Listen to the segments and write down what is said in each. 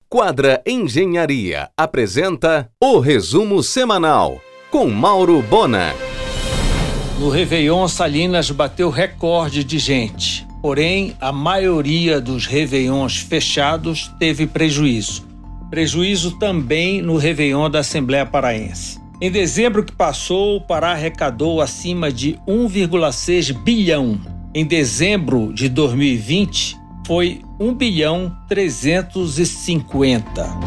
Quadra Engenharia apresenta o resumo semanal com Mauro Bona. No Réveillon, Salinas bateu recorde de gente. Porém, a maioria dos Réveillons fechados teve prejuízo. Prejuízo também no Réveillon da Assembleia Paraense. Em dezembro que passou, o Pará arrecadou acima de 1,6 bilhão. Em dezembro de 2020, foi 1,350 bilhão.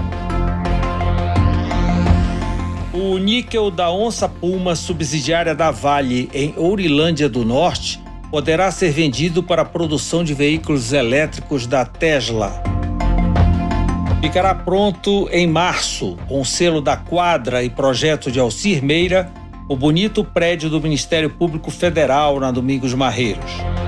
O níquel da Onça Puma, subsidiária da Vale, em Ourilândia do Norte, poderá ser vendido para a produção de veículos elétricos da Tesla. Ficará pronto em março, com selo da Quadra e projeto de Alcir Meira, o bonito prédio do Ministério Público Federal na Domingos Marreiros.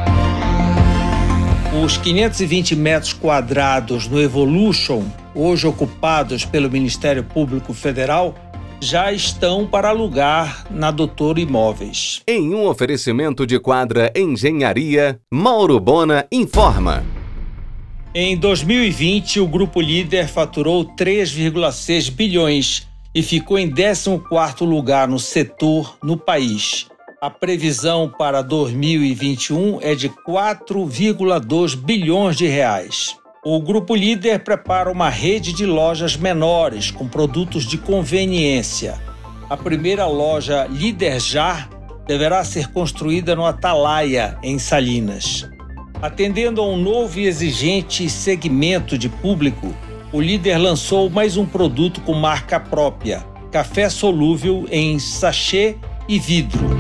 Os 520 metros quadrados no Evolution, hoje ocupados pelo Ministério Público Federal, já estão para alugar na Doutor Imóveis. Em um oferecimento de Quadra Engenharia, Mauro Bona informa. Em 2020, o Grupo Líder faturou 3,6 bilhões e ficou em 14º lugar no setor no país. A previsão para 2021 é de 4,2 bilhões de reais. O Grupo Líder prepara uma rede de lojas menores com produtos de conveniência. A primeira loja Líder Já deverá ser construída no Atalaia, em Salinas. Atendendo a um novo e exigente segmento de público, o Líder lançou mais um produto com marca própria, café solúvel em sachê e vidro.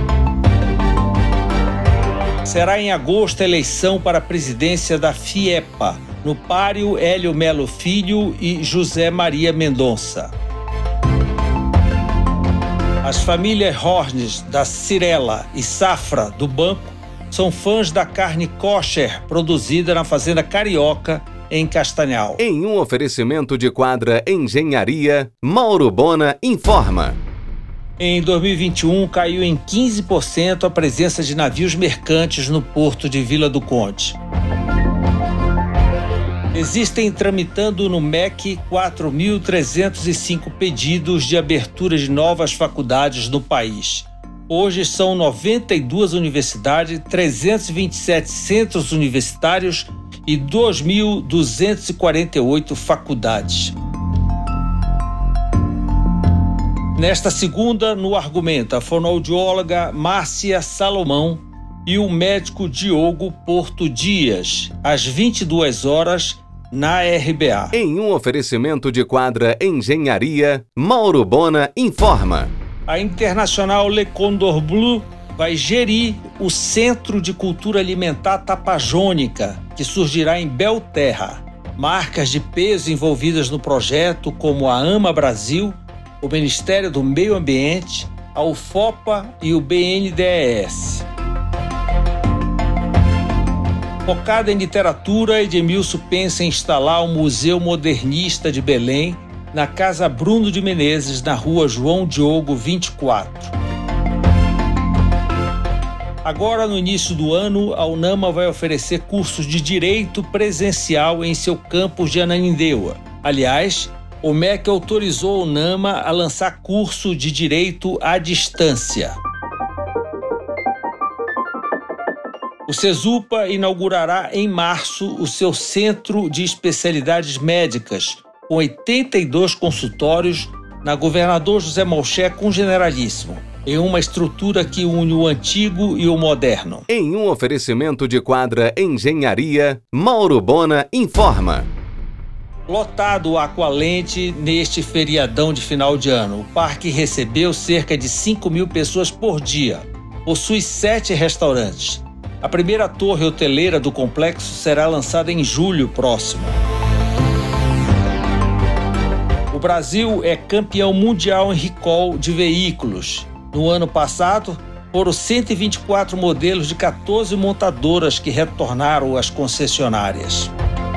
Será em agosto a eleição para a presidência da FIEPA, no Páreo Hélio Melo Filho e José Maria Mendonça. As famílias Hornes, da Cirela e Safra, do Banco, são fãs da carne kosher produzida na Fazenda Carioca, em Castanhal. Em um oferecimento de Quadra Engenharia, Mauro Bona informa. Em 2021, caiu em 15% a presença de navios mercantes no porto de Vila do Conde. Existem tramitando no MEC 4.305 pedidos de abertura de novas faculdades no país. Hoje são 92 universidades, 327 centros universitários e 2.248 faculdades. Nesta segunda, no Argumento, a fonoaudióloga Márcia Salomão e o médico Diogo Porto Dias, às 22 horas, na RBA. Em um oferecimento de Quadra Engenharia, Mauro Bona informa. A Internacional Le Condor Bleu vai gerir o Centro de Cultura Alimentar Tapajônica, que surgirá em Belterra. Marcas de peso envolvidas no projeto, como a AMA Brasil, o Ministério do Meio Ambiente, a UFOPA e o BNDES. Focada em literatura, Edmilson pensa em instalar o Museu Modernista de Belém na Casa Bruno de Menezes, na Rua João Diogo 24. Agora, no início do ano, a UNAMA vai oferecer cursos de Direito presencial em seu campus de Ananindeua. Aliás, o MEC autorizou a UNAMA a lançar curso de Direito à distância. O Cesupa inaugurará em março o seu Centro de Especialidades Médicas, com 82 consultórios na Governador José Malcher com Generalíssimo, em uma estrutura que une o antigo e o moderno. Em um oferecimento de Quadra Engenharia, Mauro Bona informa. Lotado o Aqualente neste feriadão de final de ano. O parque recebeu cerca de 5.000 pessoas por dia. Possui 7 restaurantes. A primeira torre hoteleira do complexo será lançada em julho próximo. O Brasil é campeão mundial em recall de veículos. No ano passado, foram 124 modelos de 14 montadoras que retornaram às concessionárias.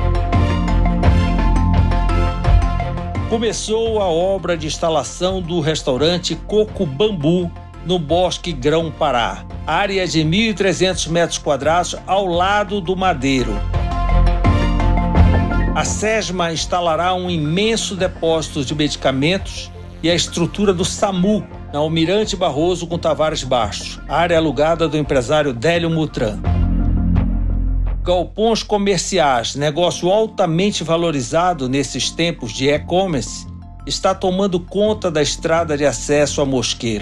Começou a obra de instalação do restaurante Coco Bambu, no Bosque Grão-Pará, área de 1.300 metros quadrados ao lado do Madeiro. A SESMA instalará um imenso depósito de medicamentos e a estrutura do SAMU na Almirante Barroso com Tavares Baixo, área alugada do empresário Délio Mutran. Galpões comerciais, negócio altamente valorizado nesses tempos de e-commerce, está tomando conta da estrada de acesso a Mosqueiro.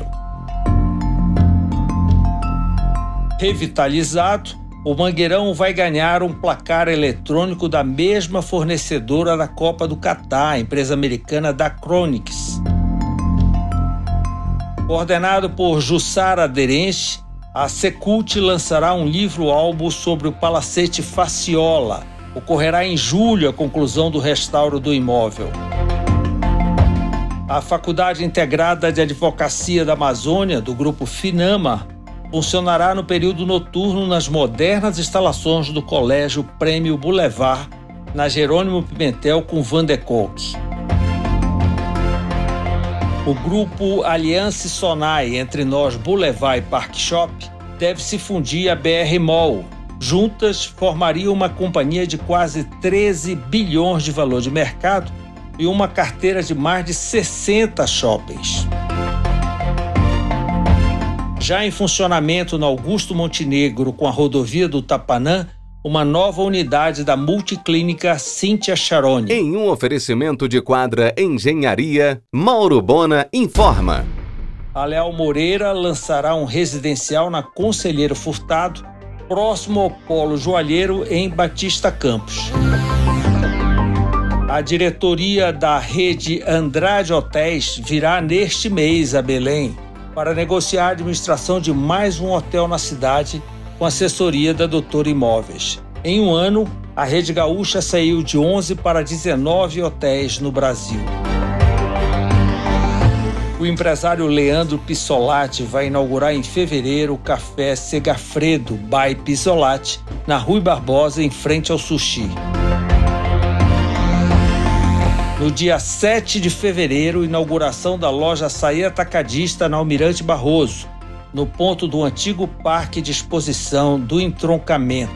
Revitalizado, o Mangueirão vai ganhar um placar eletrônico da mesma fornecedora da Copa do Catar, a empresa americana Dacronix. Coordenado por Jussara Aderente, a Secult lançará um livro-álbum sobre o Palacete Faciola. Ocorrerá em julho a conclusão do restauro do imóvel. A Faculdade Integrada de Advocacia da Amazônia, do grupo Finama, funcionará no período noturno nas modernas instalações do Colégio Prêmio Boulevard, na Jerônimo Pimentel com Van de Kolk. O grupo Aliança Sonai, Entre Nós Boulevard e Park Shop, deve se fundir à BR Mall. Juntas, formariam uma companhia de quase 13 bilhões de valor de mercado e uma carteira de mais de 60 shoppings. Já em funcionamento na Augusto Montenegro, com a rodovia do Tapanã, uma nova unidade da Multiclínica Cíntia Charoni. Em um oferecimento de Quadra Engenharia, Mauro Bona informa. A Leal Moreira lançará um residencial na Conselheiro Furtado, próximo ao Polo Joalheiro, em Batista Campos. A diretoria da rede Andrade Hotéis virá neste mês a Belém para negociar a administração de mais um hotel na cidade com assessoria da Doutor Imóveis. Em um ano, a Rede Gaúcha saiu de 11 para 19 hotéis no Brasil. O empresário Leandro Pissolati vai inaugurar em fevereiro o Café Segafredo by Pissolati, na Rui Barbosa, em frente ao Sushi. No dia 7 de fevereiro, inauguração da loja Açaí Atacadista na Almirante Barroso, no ponto do antigo Parque de Exposição do Entroncamento.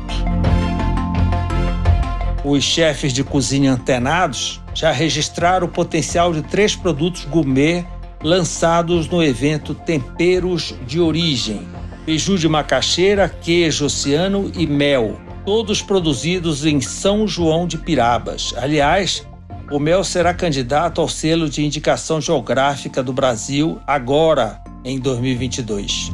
Os chefes de cozinha antenados já registraram o potencial de 3 produtos gourmet lançados no evento Temperos de Origem: beiju de macaxeira, queijo oceano e mel, todos produzidos em São João de Pirabas. Aliás, o mel será candidato ao selo de indicação geográfica do Brasil agora, em 2022.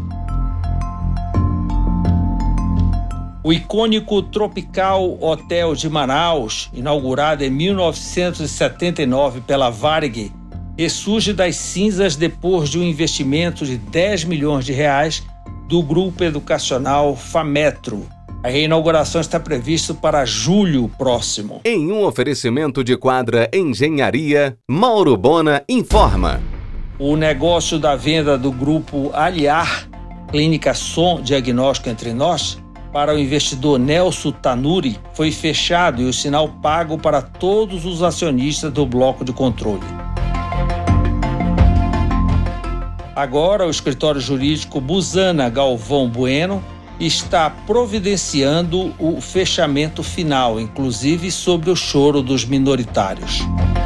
O icônico Tropical Hotel de Manaus, inaugurado em 1979 pela Varig, ressurge das cinzas depois de um investimento de 10 milhões de reais do grupo educacional Fametro. A reinauguração está prevista para julho próximo. Em um oferecimento de Quadra Engenharia, Mauro Bona informa. O negócio da venda do grupo Aliar, Clínica Som Diagnóstico Entre Nós, para o investidor Nelson Tanuri, foi fechado e o sinal pago para todos os acionistas do bloco de controle. Agora, o escritório jurídico Busana Galvão Bueno está providenciando o fechamento final, inclusive sobre o choro dos minoritários.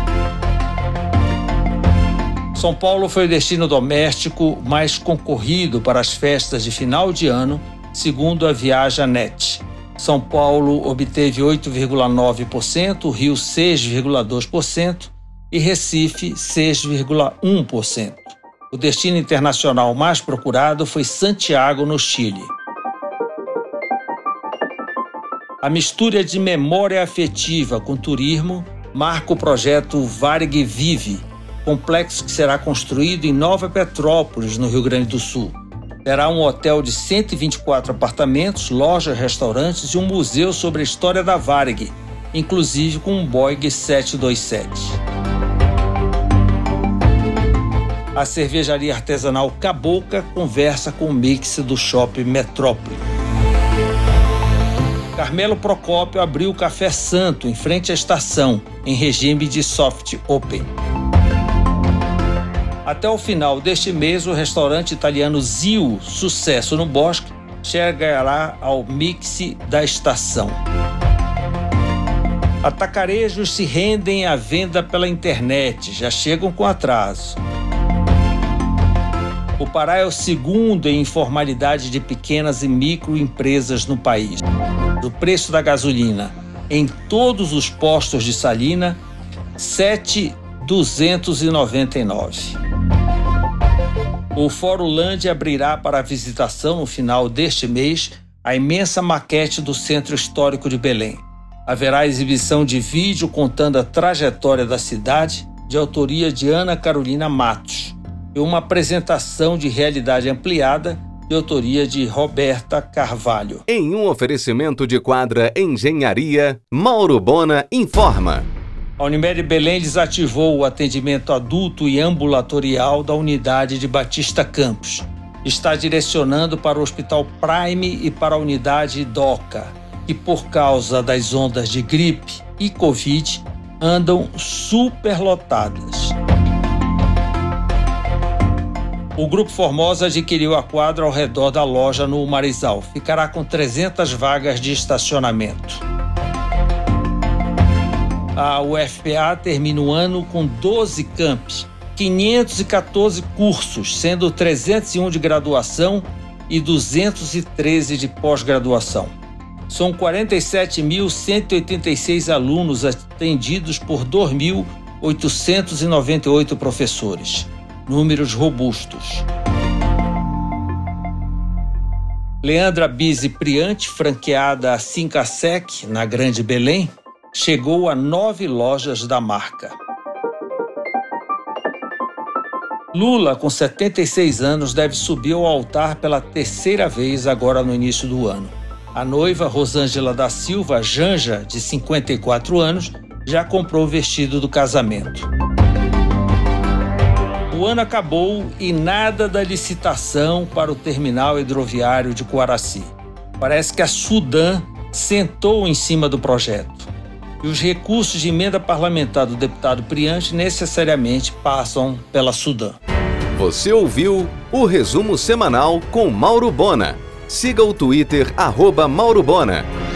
São Paulo foi o destino doméstico mais concorrido para as festas de final de ano, segundo a Viaja.net. São Paulo obteve 8,9%, Rio 6,2% e Recife 6,1%. O destino internacional mais procurado foi Santiago, no Chile. A mistura de memória afetiva com turismo marca o projeto Varig Vive, complexo que será construído em Nova Petrópolis, no Rio Grande do Sul. Terá um hotel de 124 apartamentos, lojas, restaurantes e um museu sobre a história da Varig, inclusive com um Boeing 727. A cervejaria artesanal Cabocla conversa com o mix do Shopping Metrópole. Carmelo Procópio abriu o Café Santo em frente à estação, em regime de soft open. Até o final deste mês, o restaurante italiano Zio, sucesso no Bosque, chegará ao mix da estação. Atacarejos se rendem à venda pela internet, já chegam com atraso. O Pará é o segundo em informalidade de pequenas e microempresas no país. O preço da gasolina em todos os postos de Salina, R$ 7,299. O Forulândia abrirá para a visitação no final deste mês a imensa maquete do Centro Histórico de Belém. Haverá exibição de vídeo contando a trajetória da cidade, de autoria de Ana Carolina Matos, e uma apresentação de realidade ampliada de autoria de Roberta Carvalho. Em um oferecimento de Quadra Engenharia, Mauro Bona informa. A Unimed Belém desativou o atendimento adulto e ambulatorial da unidade de Batista Campos. Está direcionando para o Hospital Prime e para a unidade DOCA, que por causa das ondas de gripe e Covid andam superlotadas. O Grupo Formosa adquiriu a quadra ao redor da loja no Marizal. Ficará com 300 vagas de estacionamento. A UFPA termina o ano com 12 campi, 514 cursos, sendo 301 de graduação e 213 de pós-graduação. São 47.186 alunos atendidos por 2.898 professores. Números robustos. Leandra Bise Priante, franqueada a Sincasec, na Grande Belém, chegou a 9 lojas da marca. Lula, com 76 anos, deve subir ao altar pela terceira vez agora no início do ano. A noiva, Rosângela da Silva Janja, de 54 anos, já comprou o vestido do casamento. O ano acabou e nada da licitação para o terminal hidroviário de Coaraci. Parece que a Sudan sentou em cima do projeto. E os recursos de emenda parlamentar do deputado Priante necessariamente passam pela Sudan. Você ouviu o resumo semanal com Mauro Bona. Siga o Twitter @Mauro Bona.